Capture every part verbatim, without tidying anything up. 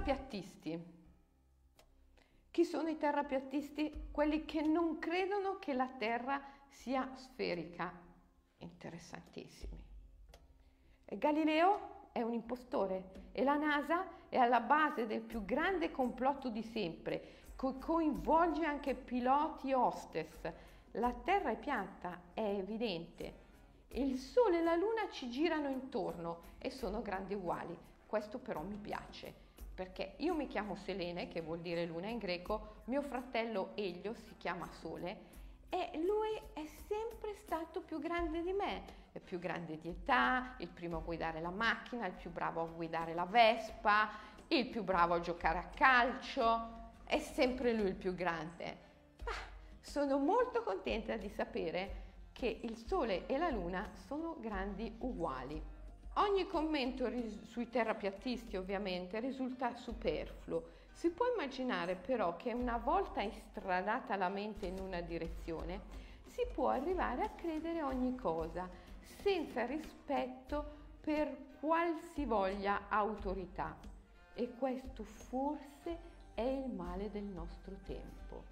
terrapiattisti. Chi sono i terrapiattisti? Quelli che non credono che la Terra sia sferica. Interessantissimi. Galileo è un impostore e la NASA è alla base del più grande complotto di sempre, che coinvolge anche piloti e hostess. La Terra è piatta, è evidente. Il Sole e la Luna ci girano intorno e sono grandi uguali. Questo però mi piace, perché io mi chiamo Selene, che vuol dire luna in greco, mio fratello Elio si chiama Sole e lui è sempre stato più grande di me, è più grande di età, il primo a guidare la macchina, il più bravo a guidare la Vespa, il più bravo a giocare a calcio, è sempre lui il più grande. Ma sono molto contenta di sapere che il Sole e la Luna sono grandi uguali. Ogni commento ris- sui terrapiattisti ovviamente risulta superfluo. Si può immaginare però che una volta istradata la mente in una direzione si può arrivare a credere ogni cosa senza rispetto per qualsivoglia autorità, e questo forse è il male del nostro tempo.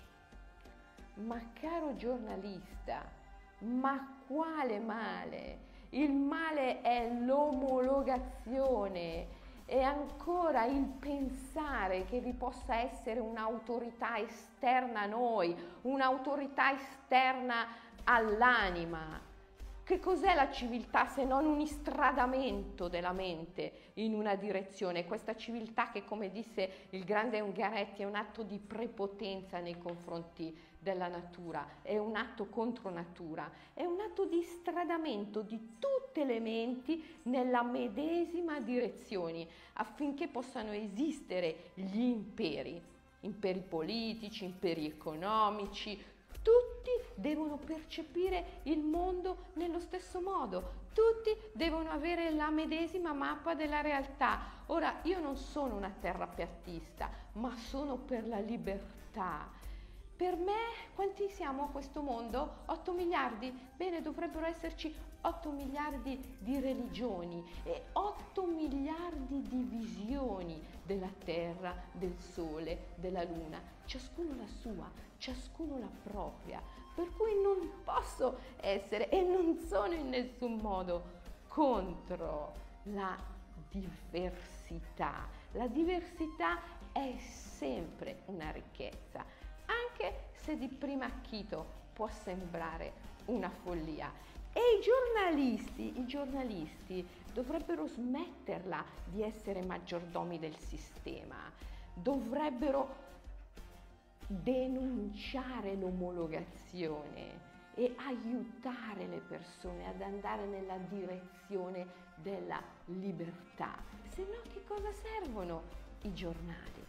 Ma caro giornalista, ma quale male? Il male è l'omologazione, è ancora il pensare che vi possa essere un'autorità esterna a noi, un'autorità esterna all'anima. Che cos'è la civiltà se non un istradamento della mente in una direzione? Questa civiltà che, come disse il grande Ungaretti, è un atto di prepotenza nei confronti della natura, è un atto contro natura, è un atto di istradamento di tutte le menti nella medesima direzione affinché possano esistere gli imperi, imperi politici, imperi economici. Tutti devono percepire il mondo nello stesso modo, tutti devono avere la medesima mappa della realtà. Ora, io non sono una terrapiattista, ma sono per la libertà. Per me, quanti siamo a questo mondo? otto miliardi? Bene, dovrebbero esserci otto miliardi di religioni e otto miliardi di visioni della Terra, del Sole, della Luna, ciascuno la sua, ciascuno la propria, per cui non posso essere e non sono in nessun modo contro la diversità. La diversità è sempre una ricchezza, anche se di primo acchito può sembrare una follia. E i giornalisti, i giornalisti dovrebbero smetterla di essere maggiordomi del sistema, dovrebbero denunciare l'omologazione e aiutare le persone ad andare nella direzione della libertà. Se no, che cosa servono i giornali?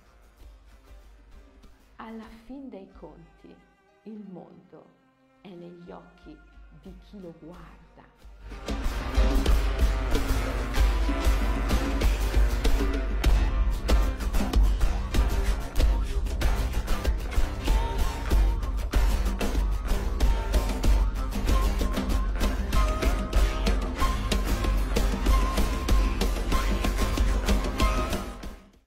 Alla fin dei conti, il mondo è negli occhi di chi lo guarda.